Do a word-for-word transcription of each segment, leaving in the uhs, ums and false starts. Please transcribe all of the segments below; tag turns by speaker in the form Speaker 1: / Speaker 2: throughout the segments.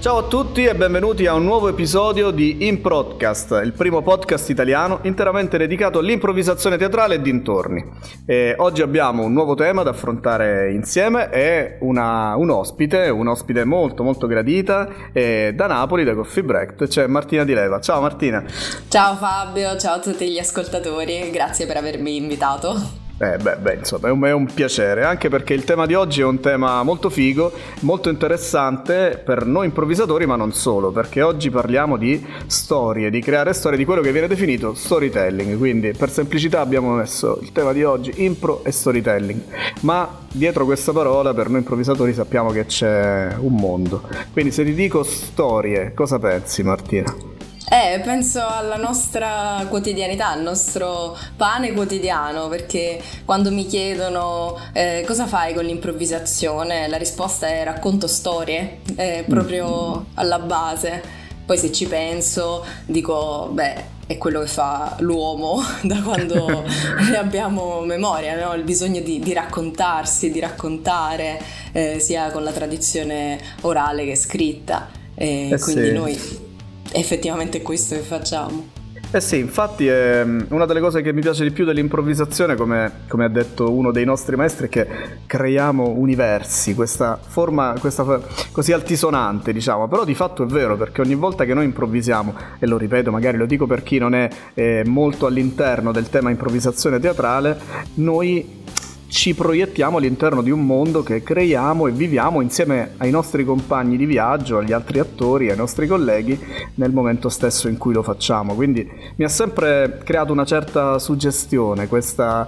Speaker 1: Ciao a tutti e benvenuti a un nuovo episodio di Improdcast, il primo podcast italiano interamente dedicato all'improvvisazione teatrale e dintorni. E oggi abbiamo un nuovo tema da affrontare insieme e una, un ospite, un ospite molto molto gradita, e da Napoli, da Coffee Break, c'è Martina Di Leva. Ciao Martina.
Speaker 2: Ciao Fabio, ciao a tutti gli ascoltatori, grazie per avermi invitato.
Speaker 1: Eh beh, beh, insomma, è un, è un piacere, anche perché il tema di oggi è un tema molto figo, molto interessante per noi improvvisatori, ma non solo, perché oggi parliamo di storie, di creare storie, di quello che viene definito storytelling. Quindi, per semplicità, abbiamo messo il tema di oggi impro e storytelling. Ma dietro questa parola, per noi improvvisatori, sappiamo che c'è un mondo. Quindi, se ti dico storie, cosa pensi, Martina?
Speaker 2: Eh, penso alla nostra quotidianità, al nostro pane quotidiano, perché quando mi chiedono eh, cosa fai con l'improvvisazione, la risposta è racconto storie, è proprio alla base. Poi se ci penso dico, beh, è quello che fa l'uomo da quando ne abbiamo memoria, no? Il bisogno di, di raccontarsi, di raccontare, eh, sia con la tradizione orale che scritta, e
Speaker 1: eh
Speaker 2: quindi
Speaker 1: sì.
Speaker 2: noi... effettivamente è questo che facciamo.
Speaker 1: Eh sì, infatti è una delle cose che mi piace di più dell'improvvisazione, come, come ha detto uno dei nostri maestri, è che creiamo universi, questa forma questa così altisonante, diciamo, però di fatto è vero, perché ogni volta che noi improvvisiamo, e lo ripeto, magari lo dico per chi non è eh, molto all'interno del tema improvvisazione teatrale, noi ci proiettiamo all'interno di un mondo che creiamo e viviamo insieme ai nostri compagni di viaggio, agli altri attori, ai nostri colleghi nel momento stesso in cui lo facciamo. Quindi mi ha sempre creato una certa suggestione questa,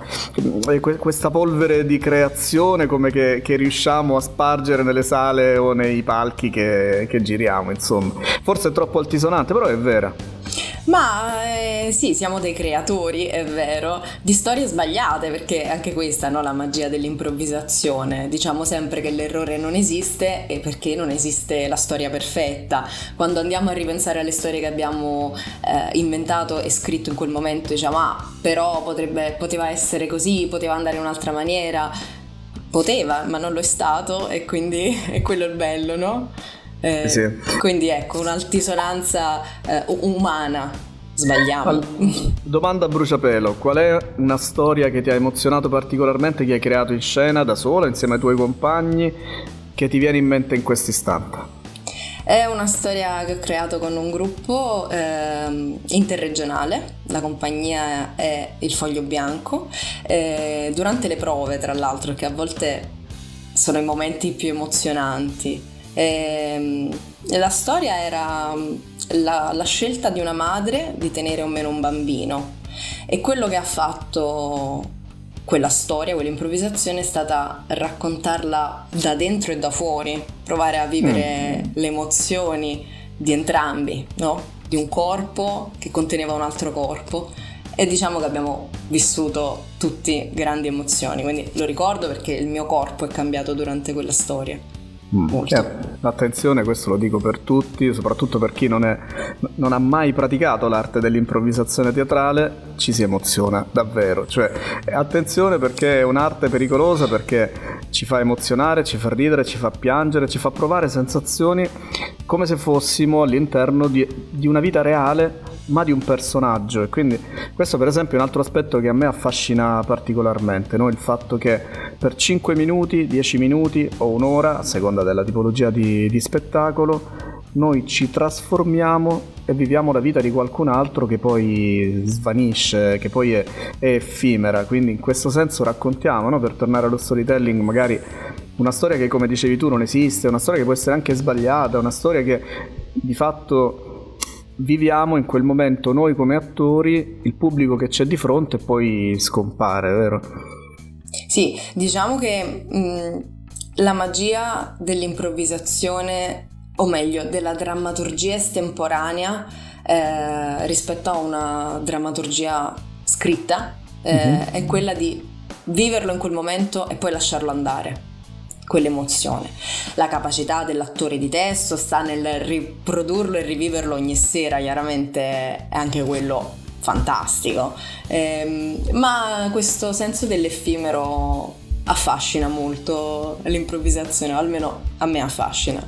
Speaker 1: questa polvere di creazione, come che, che riusciamo a spargere nelle sale o nei palchi che, che giriamo, insomma. Forse è troppo altisonante, però è vera.
Speaker 2: Ma eh, sì, siamo dei creatori, è vero, di storie sbagliate, perché anche questa, no, la magia dell'improvvisazione. Diciamo sempre che l'errore non esiste, e perché non esiste la storia perfetta. Quando andiamo a ripensare alle storie che abbiamo eh, inventato e scritto in quel momento, diciamo, ah, però potrebbe, poteva essere così, poteva andare in un'altra maniera. Poteva, ma non lo è stato, e quindi è quello il bello, no? Eh, sì. Quindi ecco, un'altisonanza eh, umana. Sbagliamo.
Speaker 1: All- domanda a bruciapelo: qual è una storia che ti ha emozionato particolarmente, che hai creato in scena da sola insieme ai tuoi compagni, che ti viene in mente in questo istante?
Speaker 2: È una storia che ho creato con un gruppo eh, interregionale, la compagnia è Il Foglio Bianco, eh, durante le prove, tra l'altro, che a volte sono i momenti più emozionanti. E la storia era la, la scelta di una madre di tenere o meno un bambino, e quello che ha fatto quella storia, quell'improvvisazione, è stata raccontarla da dentro e da fuori, provare a vivere mm. le emozioni di entrambi, no? Di un corpo che conteneva un altro corpo, e diciamo che abbiamo vissuto tutti grandi emozioni, quindi lo ricordo perché il mio corpo è cambiato durante quella storia.
Speaker 1: Mm. Eh, attenzione, questo lo dico per tutti, soprattutto per chi non, è, non ha mai praticato l'arte dell'improvvisazione teatrale, ci si emoziona davvero, cioè attenzione, perché è un'arte pericolosa, perché ci fa emozionare, ci fa ridere, ci fa piangere, ci fa provare sensazioni come se fossimo all'interno di, di una vita reale, ma di un personaggio. E quindi questo, per esempio, è un altro aspetto che a me affascina particolarmente, no? Il fatto che per cinque minuti, dieci minuti o un'ora, a seconda della tipologia di, di spettacolo, noi ci trasformiamo e viviamo la vita di qualcun altro che poi svanisce, che poi è, è effimera. Quindi in questo senso raccontiamo, no? Per tornare allo storytelling, magari una storia che, come dicevi tu, non esiste, una storia che può essere anche sbagliata, una storia che di fatto viviamo in quel momento noi come attori, il pubblico che c'è di fronte poi scompare, vero?
Speaker 2: Sì, diciamo che mh, la magia dell'improvvisazione, o meglio della drammaturgia estemporanea eh, rispetto a una drammaturgia scritta eh, mm-hmm. è quella di viverlo in quel momento e poi lasciarlo andare, quell'emozione. La capacità dell'attore di testo sta nel riprodurlo e riviverlo ogni sera, chiaramente è anche quello fantastico, ehm, ma questo senso dell'effimero affascina molto l'improvvisazione, o almeno a me affascina.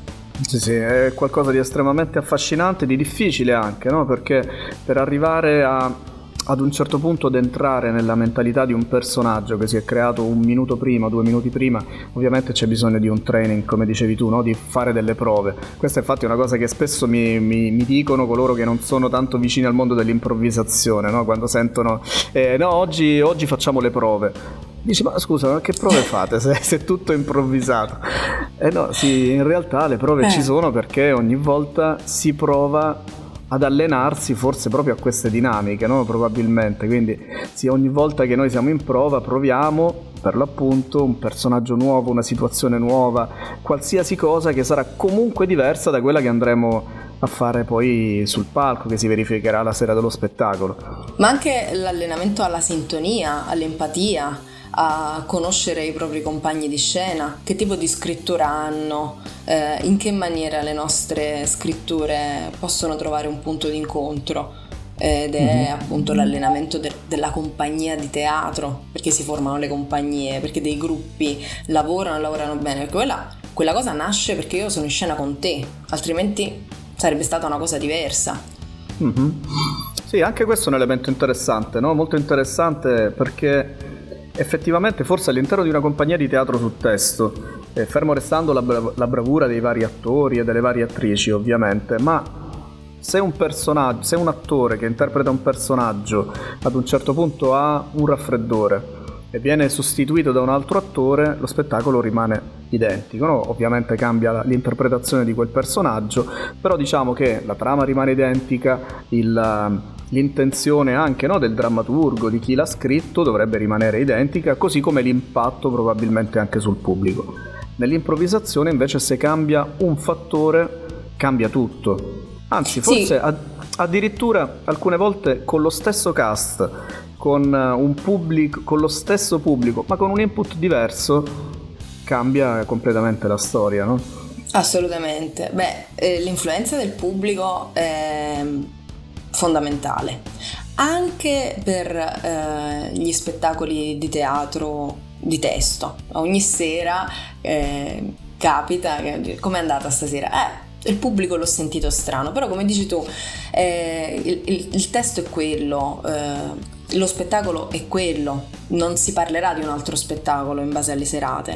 Speaker 1: Sì, sì, è qualcosa di estremamente affascinante, di difficile anche, no? Perché per arrivare a ad un certo punto ad entrare nella mentalità di un personaggio che si è creato un minuto prima, due minuti prima, ovviamente c'è bisogno di un training, come dicevi tu, no? Di fare delle prove. Questa è infatti una cosa che spesso mi, mi, mi dicono coloro che non sono tanto vicini al mondo dell'improvvisazione, no? Quando sentono eh, no, oggi, oggi facciamo le prove. Dici, ma scusa, ma che prove fate se, se è tutto improvvisato? Eh no, sì, in realtà le prove eh. ci sono, perché ogni volta si prova ad allenarsi forse proprio a queste dinamiche, no? Probabilmente, quindi sì, ogni volta che noi siamo in prova proviamo per l'appunto un personaggio nuovo, una situazione nuova, qualsiasi cosa che sarà comunque diversa da quella che andremo a fare poi sul palco, che si verificherà la sera dello spettacolo.
Speaker 2: Ma anche l'allenamento alla sintonia, all'empatia, a conoscere i propri compagni di scena, che tipo di scrittura hanno, eh, in che maniera le nostre scritture possono trovare un punto di incontro, ed è mm-hmm. appunto l'allenamento de- della compagnia di teatro, perché si formano le compagnie, perché dei gruppi lavorano e lavorano bene, perché quella, quella cosa nasce perché io sono in scena con te, altrimenti sarebbe stata una cosa diversa.
Speaker 1: Mm-hmm. Sì, anche questo è un elemento interessante, no? Molto interessante, perché effettivamente forse all'interno di una compagnia di teatro su testo, eh, fermo restando la, brav- la bravura dei vari attori e delle varie attrici ovviamente, ma se un personaggio, se un attore che interpreta un personaggio ad un certo punto ha un raffreddore e viene sostituito da un altro attore, lo spettacolo rimane identico, no? Ovviamente cambia l'interpretazione di quel personaggio, però diciamo che la trama rimane identica, il l'intenzione anche, no, del drammaturgo, di chi l'ha scritto, dovrebbe rimanere identica, così come l'impatto probabilmente anche sul pubblico. Nell'improvvisazione invece, se cambia un fattore, cambia tutto. Anzi, forse sì. ad- addirittura alcune volte con lo stesso cast, con un pubblico, con lo stesso pubblico, ma con un input diverso, cambia completamente la storia, no?
Speaker 2: Assolutamente. Beh, eh, l'influenza del pubblico è fondamentale anche per eh, gli spettacoli di teatro di testo. Ogni sera eh, capita che, com'è andata stasera? Eh, il pubblico l'ho sentito strano, però come dici tu, eh, il, il, il testo è quello, eh, lo spettacolo è quello, non si parlerà di un altro spettacolo in base alle serate.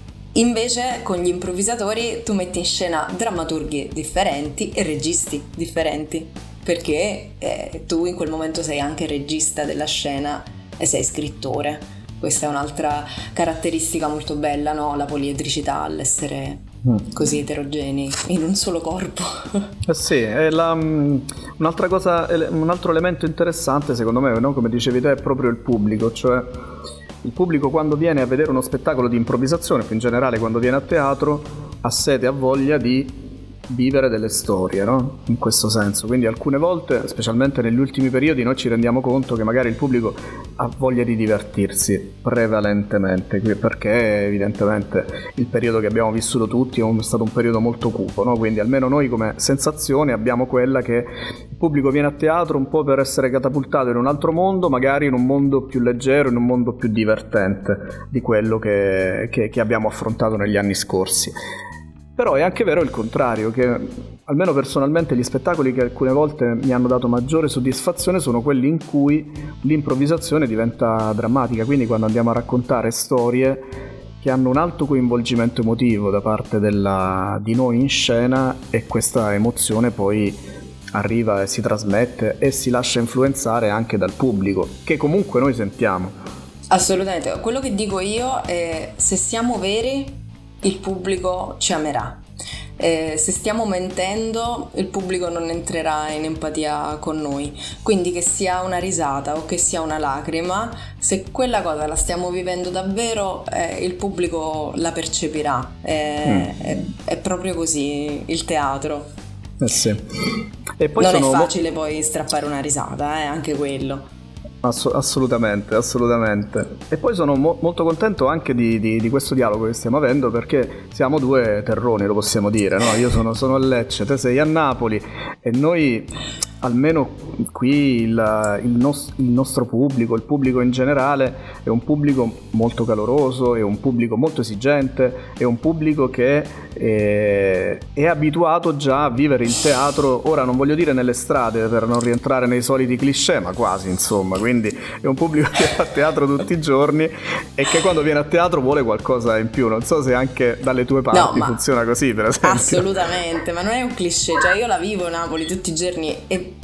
Speaker 2: Invece con gli improvvisatori tu metti in scena drammaturghi differenti e registi differenti, perché eh, tu in quel momento sei anche regista della scena e sei scrittore. Questa è un'altra caratteristica molto bella, no? La poliedricità, all'essere mm. così eterogenei in un solo corpo.
Speaker 1: Eh sì, è la, un'altra cosa, un altro elemento interessante secondo me, no? Come dicevi te, è proprio il pubblico, cioè il pubblico quando viene a vedere uno spettacolo di improvvisazione, più in generale quando viene a teatro, ha sete, ha voglia di vivere delle storie, no? In questo senso, quindi alcune volte, specialmente negli ultimi periodi, noi ci rendiamo conto che magari il pubblico ha voglia di divertirsi prevalentemente, perché evidentemente il periodo che abbiamo vissuto tutti è stato un periodo molto cupo, no? Quindi almeno noi come sensazione abbiamo quella che il pubblico viene a teatro un po' per essere catapultato in un altro mondo, magari in un mondo più leggero, in un mondo più divertente di quello che, che, che abbiamo affrontato negli anni scorsi. Però è anche vero il contrario, che almeno personalmente gli spettacoli che alcune volte mi hanno dato maggiore soddisfazione sono quelli in cui l'improvvisazione diventa drammatica, quindi quando andiamo a raccontare storie che hanno un alto coinvolgimento emotivo da parte della, di noi in scena, e questa emozione poi arriva e si trasmette e si lascia influenzare anche dal pubblico, che comunque noi sentiamo.
Speaker 2: Assolutamente, quello che dico io è: se siamo veri, il pubblico ci amerà. Eh, se stiamo mentendo, il pubblico non entrerà in empatia con noi. Quindi che sia una risata o che sia una lacrima, se quella cosa la stiamo vivendo davvero, eh, il pubblico la percepirà. Eh, mm. è, è proprio così il teatro.
Speaker 1: Eh sì. E poi
Speaker 2: non
Speaker 1: sono
Speaker 2: è facile mo- poi strappare una risata, eh, anche quello.
Speaker 1: Ass- assolutamente, assolutamente. E poi sono mo- molto contento anche di, di, di questo dialogo che stiamo avendo, perché siamo due terroni, lo possiamo dire, no? Io sono, sono a Lecce, te sei a Napoli, e noi almeno qui il, il, nos- il nostro pubblico, il pubblico in generale è un pubblico molto caloroso, è un pubblico molto esigente, è un pubblico che è, è abituato già a vivere il teatro, ora non voglio dire nelle strade per non rientrare nei soliti cliché, ma quasi, insomma, quindi è un pubblico che fa teatro tutti i giorni e che quando viene a teatro vuole qualcosa in più. Non so se anche dalle tue parti
Speaker 2: no,
Speaker 1: funziona così, per esempio.
Speaker 2: Assolutamente, ma non è un cliché, cioè io la vivo a Napoli tutti i giorni e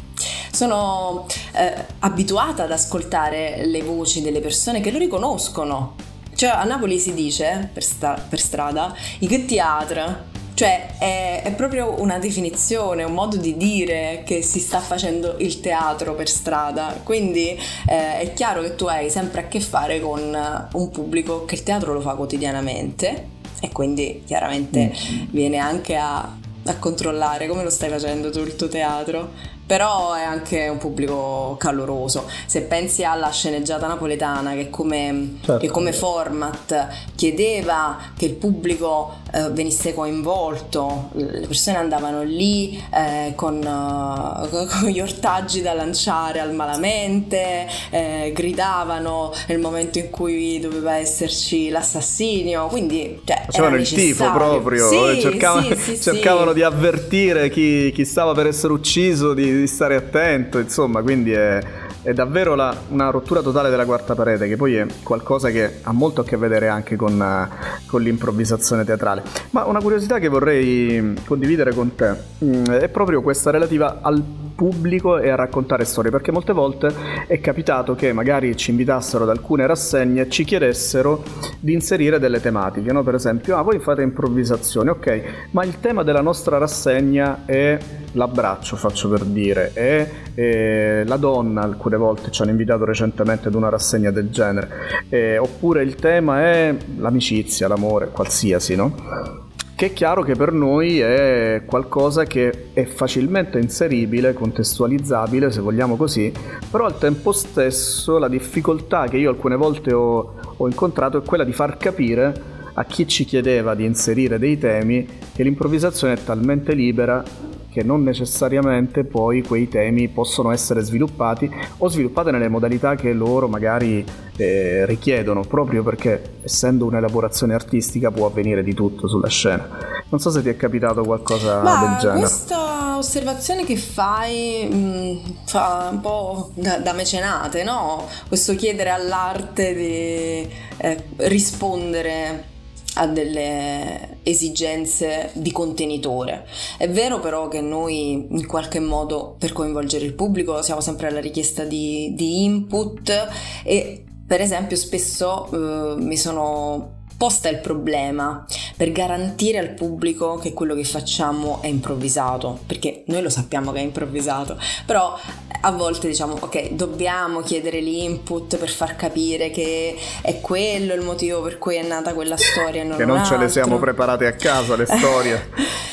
Speaker 2: sono eh, abituata ad ascoltare le voci delle persone che lo riconoscono. Cioè a Napoli si dice per, sta- per strada i che teatro, cioè è, è proprio una definizione, un modo di dire che si sta facendo il teatro per strada, quindi eh, è chiaro che tu hai sempre a che fare con un pubblico che il teatro lo fa quotidianamente e quindi chiaramente mm. viene anche a, a controllare come lo stai facendo tu il tuo teatro. Però è anche un pubblico caloroso. Se pensi alla sceneggiata napoletana che come, certo. che come format chiedeva che il pubblico eh, venisse coinvolto, le persone andavano lì eh, con, uh, con gli ortaggi da lanciare al malamente, eh, gridavano nel momento in cui doveva esserci l'assassinio, quindi cioè,
Speaker 1: facevano il tifo proprio,
Speaker 2: sì,
Speaker 1: cercavano,
Speaker 2: sì, sì,
Speaker 1: cercavano
Speaker 2: sì.
Speaker 1: di avvertire chi, chi stava per essere ucciso di di stare attento, insomma, quindi è, è davvero la, una rottura totale della quarta parete, che poi è qualcosa che ha molto a che vedere anche con, con l'improvvisazione teatrale. Ma una curiosità che vorrei condividere con te mh, è proprio questa relativa al pubblico e a raccontare storie, perché molte volte è capitato che magari ci invitassero ad alcune rassegne e ci chiedessero di inserire delle tematiche, no? Per esempio, ah, voi fate improvvisazione, ok, ma il tema della nostra rassegna è l'abbraccio, faccio per dire, è, è la donna. Alcune volte ci hanno invitato recentemente ad una rassegna del genere, eh, oppure il tema è l'amicizia, l'amore, qualsiasi, no? Che è chiaro che per noi è qualcosa che è facilmente inseribile, contestualizzabile, se vogliamo così, però al tempo stesso la difficoltà che io alcune volte ho, ho incontrato è quella di far capire a chi ci chiedeva di inserire dei temi che l'improvvisazione è talmente libera che non necessariamente poi quei temi possono essere sviluppati o sviluppati nelle modalità che loro magari eh, richiedono, proprio perché essendo un'elaborazione artistica può avvenire di tutto sulla scena. Non so se ti è capitato qualcosa
Speaker 2: Ma
Speaker 1: del genere.
Speaker 2: Questa osservazione che fai mh, fa un po' da, da mecenate, no? Questo chiedere all'arte di eh, rispondere a delle esigenze di contenitore. È vero però che noi in qualche modo per coinvolgere il pubblico siamo sempre alla richiesta di, di input e per esempio spesso eh, mi sono posta il problema per garantire al pubblico che quello che facciamo è improvvisato, perché noi lo sappiamo che è improvvisato, però a volte diciamo ok, dobbiamo chiedere l'input per far capire che è quello il motivo per cui è nata quella storia e non
Speaker 1: che non
Speaker 2: altro.
Speaker 1: Ce le siamo preparate a casa le storie.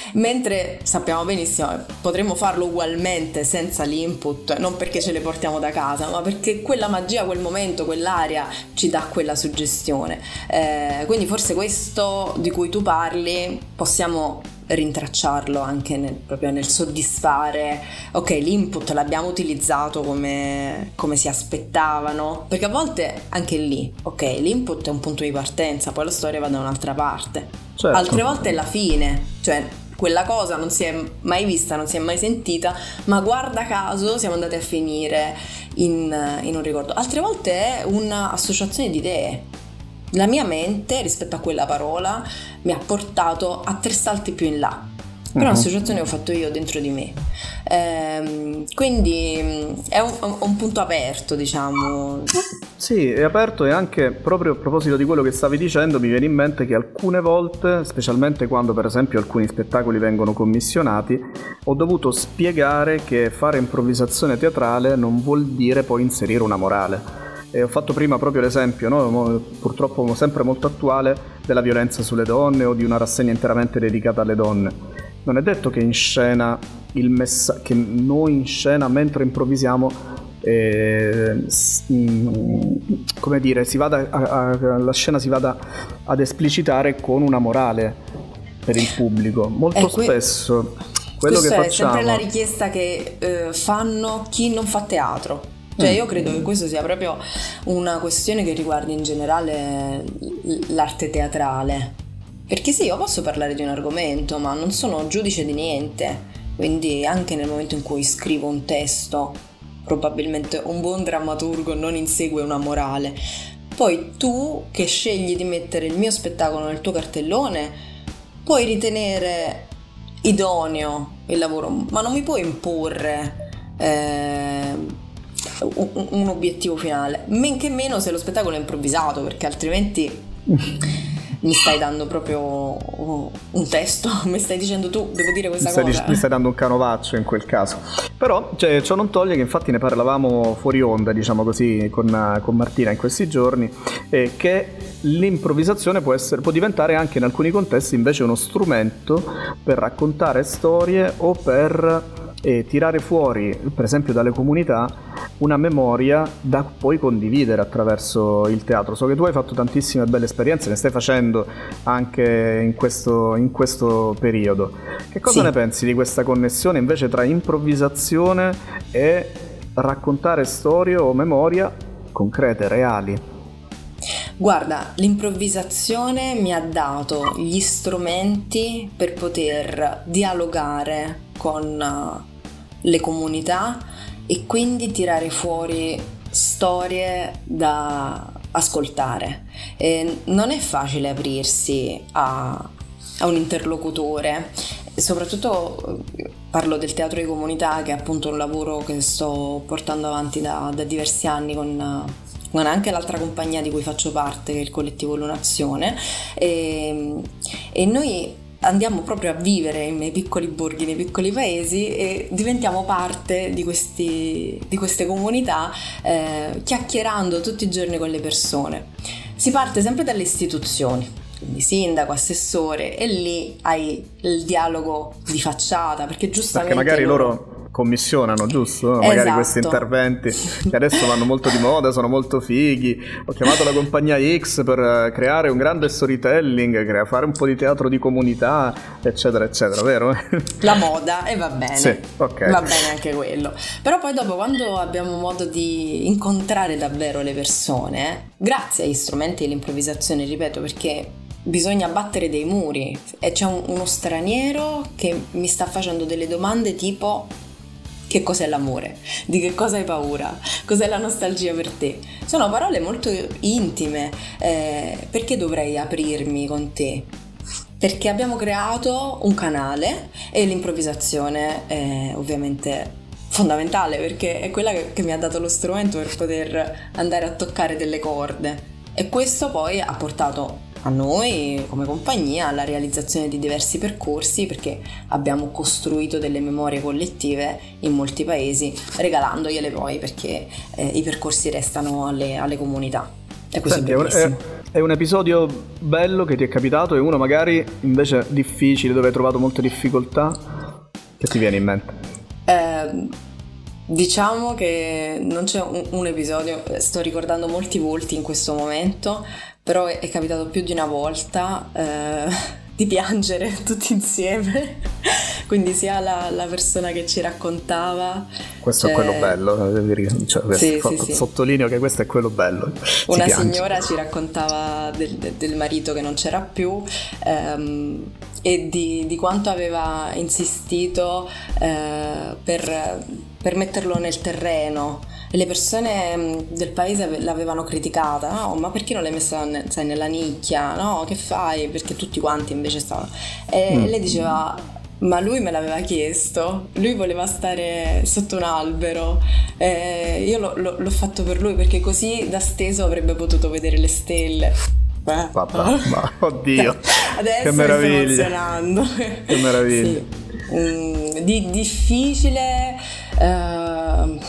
Speaker 2: Mentre sappiamo benissimo potremmo farlo ugualmente senza l'input, non perché ce le portiamo da casa, ma perché quella magia, quel momento, quell'aria ci dà quella suggestione. Eh, quindi forse questo di cui tu parli possiamo rintracciarlo anche nel, proprio nel soddisfare, ok, l'input l'abbiamo utilizzato come, come si aspettavano, perché a volte anche lì, ok, l'input è un punto di partenza, poi la storia va da un'altra parte. Certo. Altre volte è la fine, cioè quella cosa non si è mai vista, non si è mai sentita, ma guarda caso siamo andati a finire in, in un ricordo. Altre volte è un'associazione di idee. La mia mente rispetto a quella parola mi ha portato a tre salti più in là. Però uh-huh. un'associazione che ho fatto io dentro di me. Ehm, quindi è un, un punto aperto, diciamo.
Speaker 1: Sì, è aperto, e anche proprio a proposito di quello che stavi dicendo mi viene in mente che alcune volte, specialmente quando per esempio alcuni spettacoli vengono commissionati, ho dovuto spiegare che fare improvvisazione teatrale non vuol dire poi inserire una morale. E ho fatto prima proprio l'esempio, no? Purtroppo sempre molto attuale, della violenza sulle donne o di una rassegna interamente dedicata alle donne. Non è detto che in scena il messa- che noi in scena mentre improvvisiamo eh, come dire, si vada a, a, la scena si vada ad esplicitare con una morale per il pubblico. Molto que- spesso quello
Speaker 2: Questa
Speaker 1: che
Speaker 2: è
Speaker 1: facciamo...
Speaker 2: sempre la richiesta che eh, fanno chi non fa teatro. Cioè io credo che questo sia proprio una questione che riguarda in generale l'arte teatrale. Perché sì, io posso parlare di un argomento, ma non sono giudice di niente. Quindi anche nel momento in cui scrivo un testo, probabilmente un buon drammaturgo non insegue una morale. Poi tu, che scegli di mettere il mio spettacolo nel tuo cartellone, puoi ritenere idoneo il lavoro, ma non mi puoi imporre eh, un, un obiettivo finale, men che meno se lo spettacolo è improvvisato, perché altrimenti mi stai dando proprio un testo, mi stai dicendo tu devo dire questa
Speaker 1: mi stai,
Speaker 2: cosa.
Speaker 1: Mi stai dando un canovaccio in quel caso. Però cioè, ciò non toglie che infatti ne parlavamo fuori onda, diciamo così, con, con Martina in questi giorni, eh, che l'improvvisazione può, essere, può diventare anche in alcuni contesti invece uno strumento per raccontare storie o per e tirare fuori, per esempio dalle comunità, una memoria da poi condividere attraverso il teatro. So che tu hai fatto tantissime belle esperienze, ne stai facendo anche in questo, in questo periodo. Che cosa
Speaker 2: sì.
Speaker 1: ne pensi di questa connessione invece tra improvvisazione e raccontare storie o memoria concrete, reali?
Speaker 2: Guarda, l'improvvisazione mi ha dato gli strumenti per poter dialogare con le comunità e quindi tirare fuori storie da ascoltare. E non è facile aprirsi a, a un interlocutore, soprattutto parlo del teatro di comunità, che è appunto un lavoro che sto portando avanti da, da diversi anni con con anche l'altra compagnia di cui faccio parte, che è il collettivo Lunazione, e, e noi andiamo proprio a vivere nei piccoli borghi, nei piccoli paesi, e diventiamo parte di, questi, di queste comunità, eh, chiacchierando tutti i giorni con le persone. Si parte sempre dalle istituzioni, quindi sindaco, assessore, e lì hai il dialogo di facciata, perché giustamente
Speaker 1: perché magari loro,
Speaker 2: loro
Speaker 1: commissionano, giusto? Magari
Speaker 2: esatto.
Speaker 1: questi interventi che adesso vanno molto di moda, sono molto fighi. Ho chiamato la compagnia X per creare un grande storytelling, fare un po' di teatro di comunità, eccetera eccetera, vero?
Speaker 2: La moda, e va bene,
Speaker 1: sì, okay.
Speaker 2: Va bene anche quello. Però poi dopo, quando abbiamo modo di incontrare davvero le persone, grazie agli strumenti dell'improvvisazione, ripeto, perché bisogna battere dei muri, e c'è un, uno straniero che mi sta facendo delle domande tipo: che cos'è l'amore? Di che cosa hai paura? Cos'è la nostalgia per te? Sono parole molto intime. Eh, perché dovrei aprirmi con te? Perché abbiamo creato un canale, e l'improvvisazione è ovviamente fondamentale, perché è quella che, che mi ha dato lo strumento per poter andare a toccare delle corde, e questo poi ha portato a noi come compagnia alla realizzazione di diversi percorsi, perché abbiamo costruito delle memorie collettive in molti paesi, regalandogliele poi, perché eh, i percorsi restano alle, alle comunità. E questo
Speaker 1: Senti,
Speaker 2: è bellissimo.
Speaker 1: È, è un episodio bello che ti è capitato, e uno magari invece difficile, dove hai trovato molte difficoltà? Che ti viene in mente?
Speaker 2: Eh, diciamo che non c'è un, un episodio, sto ricordando molti volti in questo momento, però è, è capitato più di una volta eh, di piangere tutti insieme, quindi sia la, la persona che ci raccontava.
Speaker 1: Questo cioè... è quello bello, cioè,
Speaker 2: sì,
Speaker 1: so,
Speaker 2: sì, sì.
Speaker 1: Sottolineo che questo è quello bello.
Speaker 2: Una
Speaker 1: si
Speaker 2: signora ci raccontava del, del, del marito che non c'era più, ehm, e di, di quanto aveva insistito eh, per, per metterlo nel terreno. Le persone del paese l'avevano criticata, no? Ma perché non l'hai messa sai, nella nicchia? No, che fai? Perché tutti quanti invece stavano. E mm. lei diceva: ma lui me l'aveva chiesto, lui voleva stare sotto un albero, eh, io lo, lo, l'ho fatto per lui, perché così da steso avrebbe potuto vedere le stelle.
Speaker 1: Beh, papà, ma oddio,
Speaker 2: adesso
Speaker 1: che meraviglia,
Speaker 2: mi sto emozionando.
Speaker 1: Che meraviglia.
Speaker 2: Sì. Mm, di difficile, uh,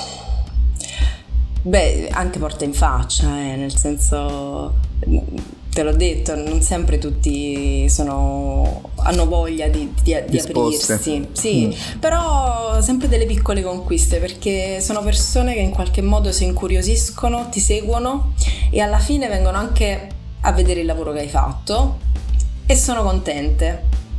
Speaker 2: beh, anche porta in faccia, eh, nel senso, te l'ho detto, non sempre tutti sono, hanno voglia di, di, di aprirsi, sì, mm. però sempre delle piccole conquiste, perché sono persone che in qualche modo si incuriosiscono, ti seguono, e alla fine vengono anche a vedere il lavoro che hai fatto, e sono contente.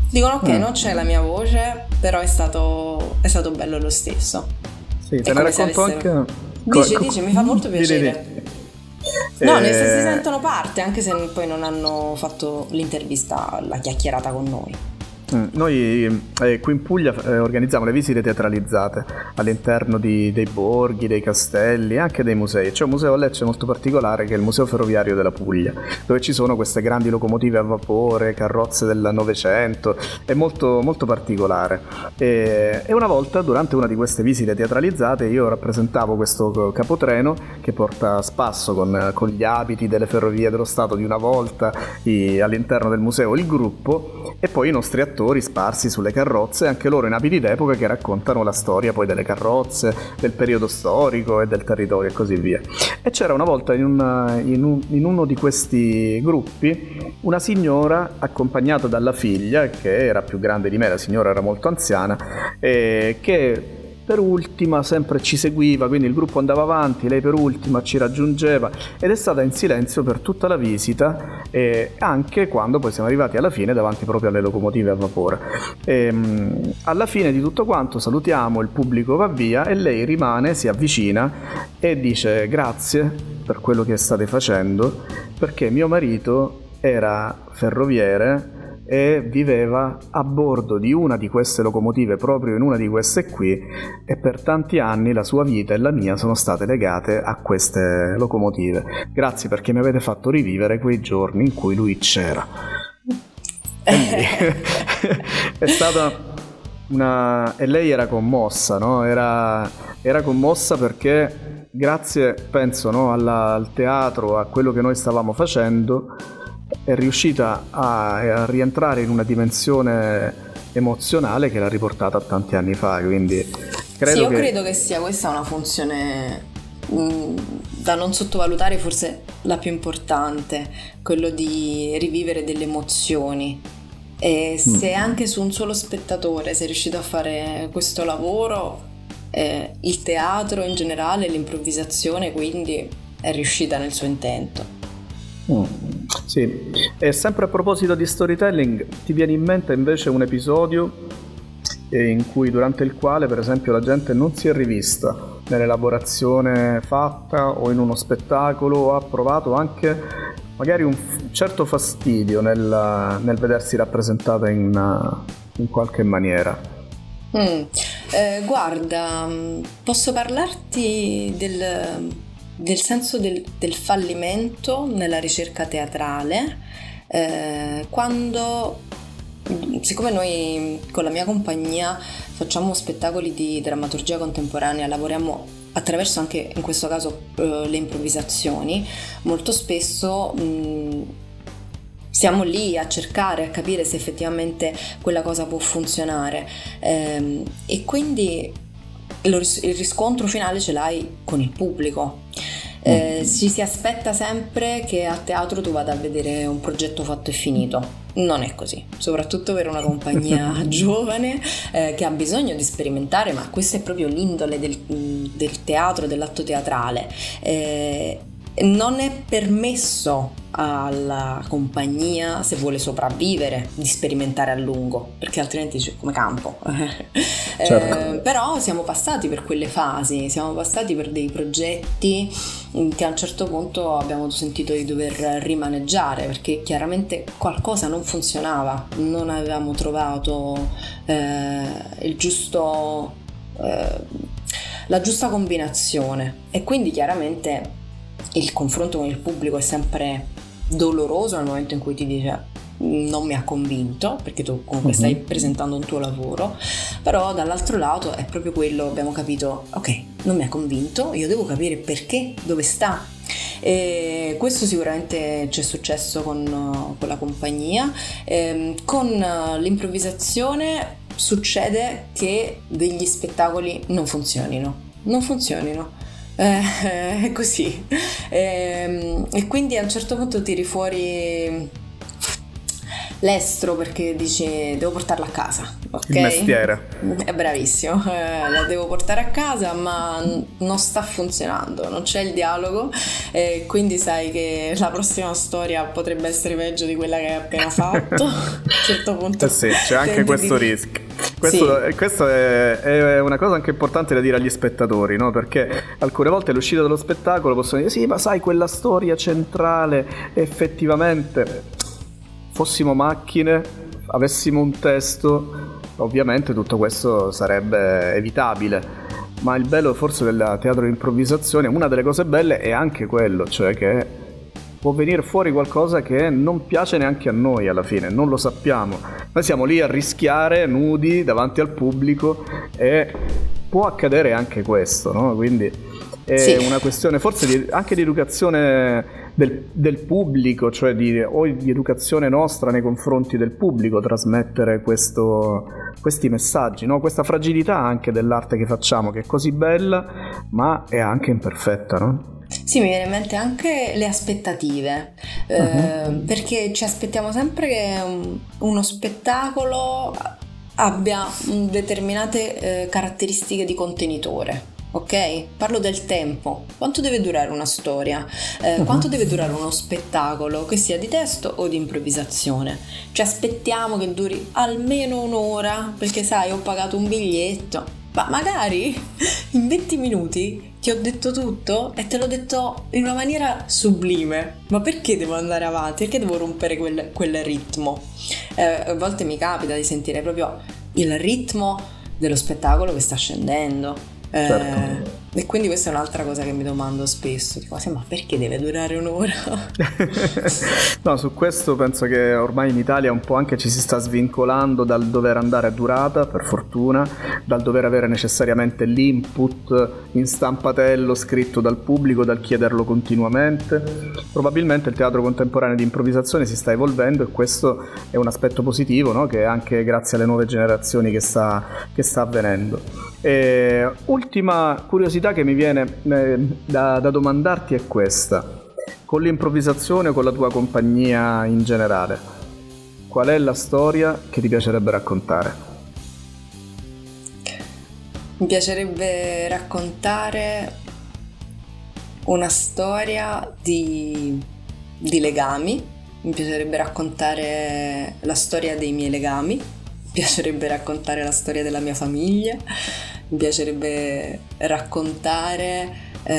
Speaker 2: Dicono ok,
Speaker 1: Mm.
Speaker 2: non c'è la mia voce, però è stato, è stato bello lo stesso.
Speaker 1: Sì,
Speaker 2: È
Speaker 1: te ne
Speaker 2: come se
Speaker 1: racconto
Speaker 2: avessero-
Speaker 1: anche.
Speaker 2: Dici,
Speaker 1: co-
Speaker 2: dici, mi fa molto
Speaker 1: Di- di-
Speaker 2: piacere.
Speaker 1: di.
Speaker 2: No, nel
Speaker 1: Eh,
Speaker 2: senso si sentono parte, anche se poi non hanno fatto l'intervista, la chiacchierata con noi.
Speaker 1: Mm, Noi eh, qui in Puglia eh, organizziamo le visite teatralizzate all'interno di- dei borghi, dei castelli e anche dei musei. C'è un museo a Lecce molto particolare che è il Museo Ferroviario della Puglia, dove ci sono queste grandi locomotive a vapore, carrozze del Novecento, è molto, molto particolare. E, e una volta, durante una di queste visite teatralizzate, io rappresentavo questo capotreno che porta spasso con, con gli abiti delle ferrovie dello Stato di una volta i- all'interno del museo il gruppo e poi i nostri attori sparsi sulle carrozze, anche loro in abiti d'epoca, che raccontano la storia poi delle carrozze, del periodo storico e del territorio e così via. E c'era una volta in, una- in un- in uno di questi gruppi una signora accompagnata dalla figlia, che era più grande di me, la signora era molto anziana, e che per ultima sempre ci seguiva, quindi il gruppo andava avanti, lei per ultima ci raggiungeva ed è stata in silenzio per tutta la visita, e anche quando poi siamo arrivati alla fine davanti proprio alle locomotive a vapore. E, mh, alla fine di tutto quanto salutiamo, il pubblico va via e lei rimane, si avvicina e dice grazie per quello che state facendo, perché mio marito era ferroviere e viveva a bordo di una di queste locomotive, proprio in una di queste qui, e per tanti anni la sua vita e la mia sono state legate a queste locomotive. Grazie perché mi avete fatto rivivere quei giorni in cui lui c'era. Quindi, è stata una... e lei era commossa, no? Era, era commossa perché grazie, penso, no, alla- al teatro, a quello che noi stavamo facendo, è riuscita a, a rientrare in una dimensione emozionale che l'ha riportata a tanti anni fa, quindi credo
Speaker 2: Sì, io
Speaker 1: che...
Speaker 2: credo che sia questa una funzione mh, da non sottovalutare, forse la più importante, quello di rivivere delle emozioni. E se anche su un solo spettatore sei riuscito a fare questo lavoro, eh, il teatro in generale, l'improvvisazione quindi è riuscita nel suo intento.
Speaker 1: Mm, sì, e sempre a proposito di storytelling, ti viene in mente invece un episodio eh, in cui, durante il quale per esempio la gente non si è rivista nell'elaborazione fatta o in uno spettacolo, o ha provato anche magari un f- certo fastidio nel, nel vedersi rappresentata in, uh, in qualche maniera?
Speaker 2: Mm. Eh, guarda, mh, posso parlarti del, del senso del, del fallimento nella ricerca teatrale, eh, quando, siccome noi con la mia compagnia facciamo spettacoli di drammaturgia contemporanea, lavoriamo attraverso anche in questo caso eh, le improvvisazioni, molto spesso mh, siamo lì a cercare, a capire se effettivamente quella cosa può funzionare, ehm, e quindi lo ris- il riscontro finale ce l'hai con il pubblico. Eh, ci si aspetta sempre che a teatro tu vada a vedere un progetto fatto e finito. Non è così, soprattutto per una compagnia giovane eh, che ha bisogno di sperimentare, ma questa è proprio l'indole del, del teatro, dell'atto teatrale. Eh, non è permesso alla compagnia, se vuole sopravvivere, di sperimentare a lungo, perché altrimenti c'è come campo.
Speaker 1: Certo.
Speaker 2: Eh, però siamo passati per quelle fasi, siamo passati per dei progetti che a un certo punto abbiamo sentito di dover rimaneggiare, perché chiaramente qualcosa non funzionava, non avevamo trovato eh, il giusto, eh, la giusta combinazione, e quindi chiaramente il confronto con il pubblico è sempre doloroso nel momento in cui ti dice non mi ha convinto, perché tu comunque stai presentando un tuo lavoro, però dall'altro lato è proprio quello, abbiamo capito, ok, non mi ha convinto, io devo capire perché, dove sta. E questo sicuramente ci è successo con, con la compagnia. E con l'improvvisazione succede che degli spettacoli non funzionino, non funzionino. Eh, è così, e, e quindi a un certo punto tiri fuori l'estro perché dici devo portarla a casa, ok?
Speaker 1: Il mestiere.
Speaker 2: È bravissimo, eh, la devo portare a casa ma n- non sta funzionando, non c'è il dialogo, e quindi sai che la prossima storia potrebbe essere peggio di quella che hai appena fatto. A un certo punto
Speaker 1: eh sì, c'è anche questo
Speaker 2: di...
Speaker 1: rischio. Questo, sì. questo è, è una cosa anche importante da dire agli spettatori, no? Perché alcune volte all'uscita dello spettacolo possono dire sì, ma sai, quella storia centrale, effettivamente fossimo macchine, avessimo un testo, ovviamente tutto questo sarebbe evitabile. Ma il bello forse del teatro di improvvisazione, una delle cose belle è anche quello, cioè che può venire fuori qualcosa che non piace neanche a noi alla fine, non lo sappiamo. Noi siamo lì a rischiare nudi davanti al pubblico e può accadere anche questo, no? Quindi è sì. una questione forse di, anche di educazione del, del pubblico, cioè di, o di educazione nostra nei confronti del pubblico, trasmettere questo, questi messaggi, no? Questa fragilità anche dell'arte che facciamo, che è così bella ma è anche imperfetta, no?
Speaker 2: Sì, mi viene in mente anche le aspettative, eh, uh-huh. perché ci aspettiamo sempre che um, uno spettacolo abbia determinate eh, caratteristiche di contenitore. Ok? Parlo del tempo. Quanto deve durare una storia? Eh, uh-huh. Quanto deve durare uno spettacolo, che sia di testo o di improvvisazione? Ci aspettiamo che duri almeno un'ora, perché sai, ho pagato un biglietto. Ma magari in venti minuti ti ho detto tutto e te l'ho detto in una maniera sublime. Ma perché devo andare avanti? Perché devo rompere quel, quel ritmo? Eh, a volte mi capita di sentire proprio il ritmo dello spettacolo che sta scendendo. Eh, certo. E quindi questa è un'altra cosa che mi domando spesso, dico, ma perché deve durare un'ora?
Speaker 1: No, su questo penso che ormai in Italia un po' anche ci si sta svincolando dal dover andare a durata, per fortuna, dal dover avere necessariamente l'input in stampatello scritto dal pubblico, dal chiederlo continuamente. Probabilmente il teatro contemporaneo di improvvisazione si sta evolvendo e questo è un aspetto positivo, no? Che anche grazie alle nuove generazioni che sta, che sta avvenendo. E ultima curiosità che mi viene eh, da, da domandarti è questa: con l'improvvisazione o con la tua compagnia in generale, qual è la storia che ti piacerebbe raccontare?
Speaker 2: Mi piacerebbe raccontare una storia di, di legami, mi piacerebbe raccontare la storia dei miei legami, mi piacerebbe raccontare la storia della mia famiglia, mi piacerebbe raccontare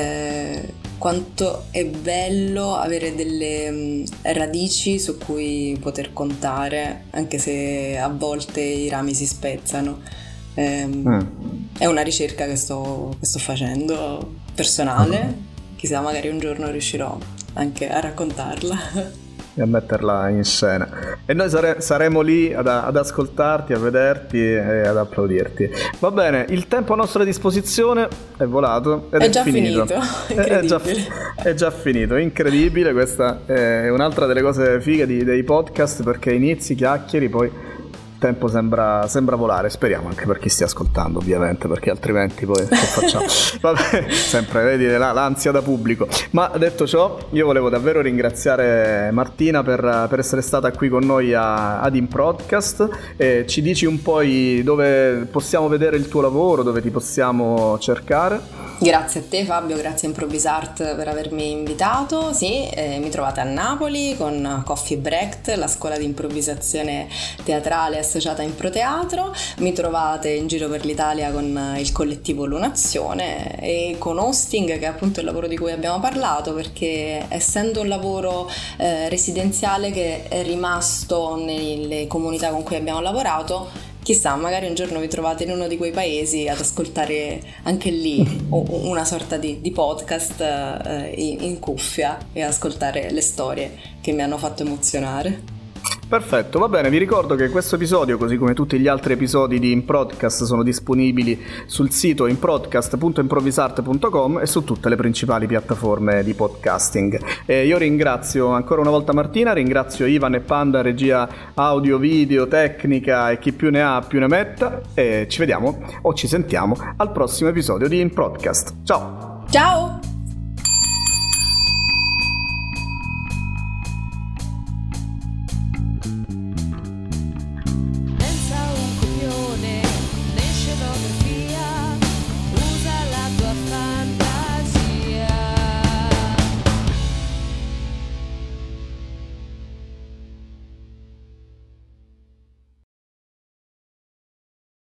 Speaker 2: eh, quanto è bello avere delle mh, radici su cui poter contare, anche se a volte i rami si spezzano. Eh, mm. È una ricerca che sto, che sto facendo, personale, mm. chissà, magari un giorno riuscirò anche a raccontarla.
Speaker 1: E a metterla in scena, e noi sare- saremo lì ad, ad ascoltarti, a vederti e ad applaudirti. Va bene, il tempo a nostra disposizione è volato ed è, è già finito, finito. È, già, è già finito, incredibile. Questa è un'altra delle cose fighe di, dei podcast, perché inizi, chiacchieri, poi il tempo sembra, sembra volare. Speriamo anche per chi stia ascoltando, ovviamente, perché altrimenti poi che facciamo? Vabbè, sempre vedi la, l'ansia da pubblico. Ma detto ciò, io volevo davvero ringraziare Martina per, per essere stata qui con noi a, ad Improdcast. E ci dici un po' dove possiamo vedere il tuo lavoro, dove ti possiamo cercare?
Speaker 2: Grazie a te Fabio, grazie a Improvisart per avermi invitato. Sì, eh, mi trovate a Napoli con Coffee Brecht, la scuola di improvvisazione teatrale associata a Improteatro. Mi trovate in giro per l'Italia con il collettivo Lunazione e con Hosting, che è appunto il lavoro di cui abbiamo parlato, perché essendo un lavoro eh, residenziale che è rimasto nelle comunità con cui abbiamo lavorato, chissà, magari un giorno vi trovate in uno di quei paesi ad ascoltare anche lì una sorta di, di podcast eh, in cuffia e ascoltare le storie che mi hanno fatto emozionare.
Speaker 1: Perfetto, va bene, vi ricordo che questo episodio, così come tutti gli altri episodi di Improdcast, sono disponibili sul sito improdcast punto improvvisart punto com e su tutte le principali piattaforme di podcasting. E io ringrazio ancora una volta Martina, ringrazio Ivan e Panda, regia audio, video, tecnica e chi più ne ha più ne metta, e ci vediamo o ci sentiamo al prossimo episodio di Improdcast. Ciao!
Speaker 2: Ciao!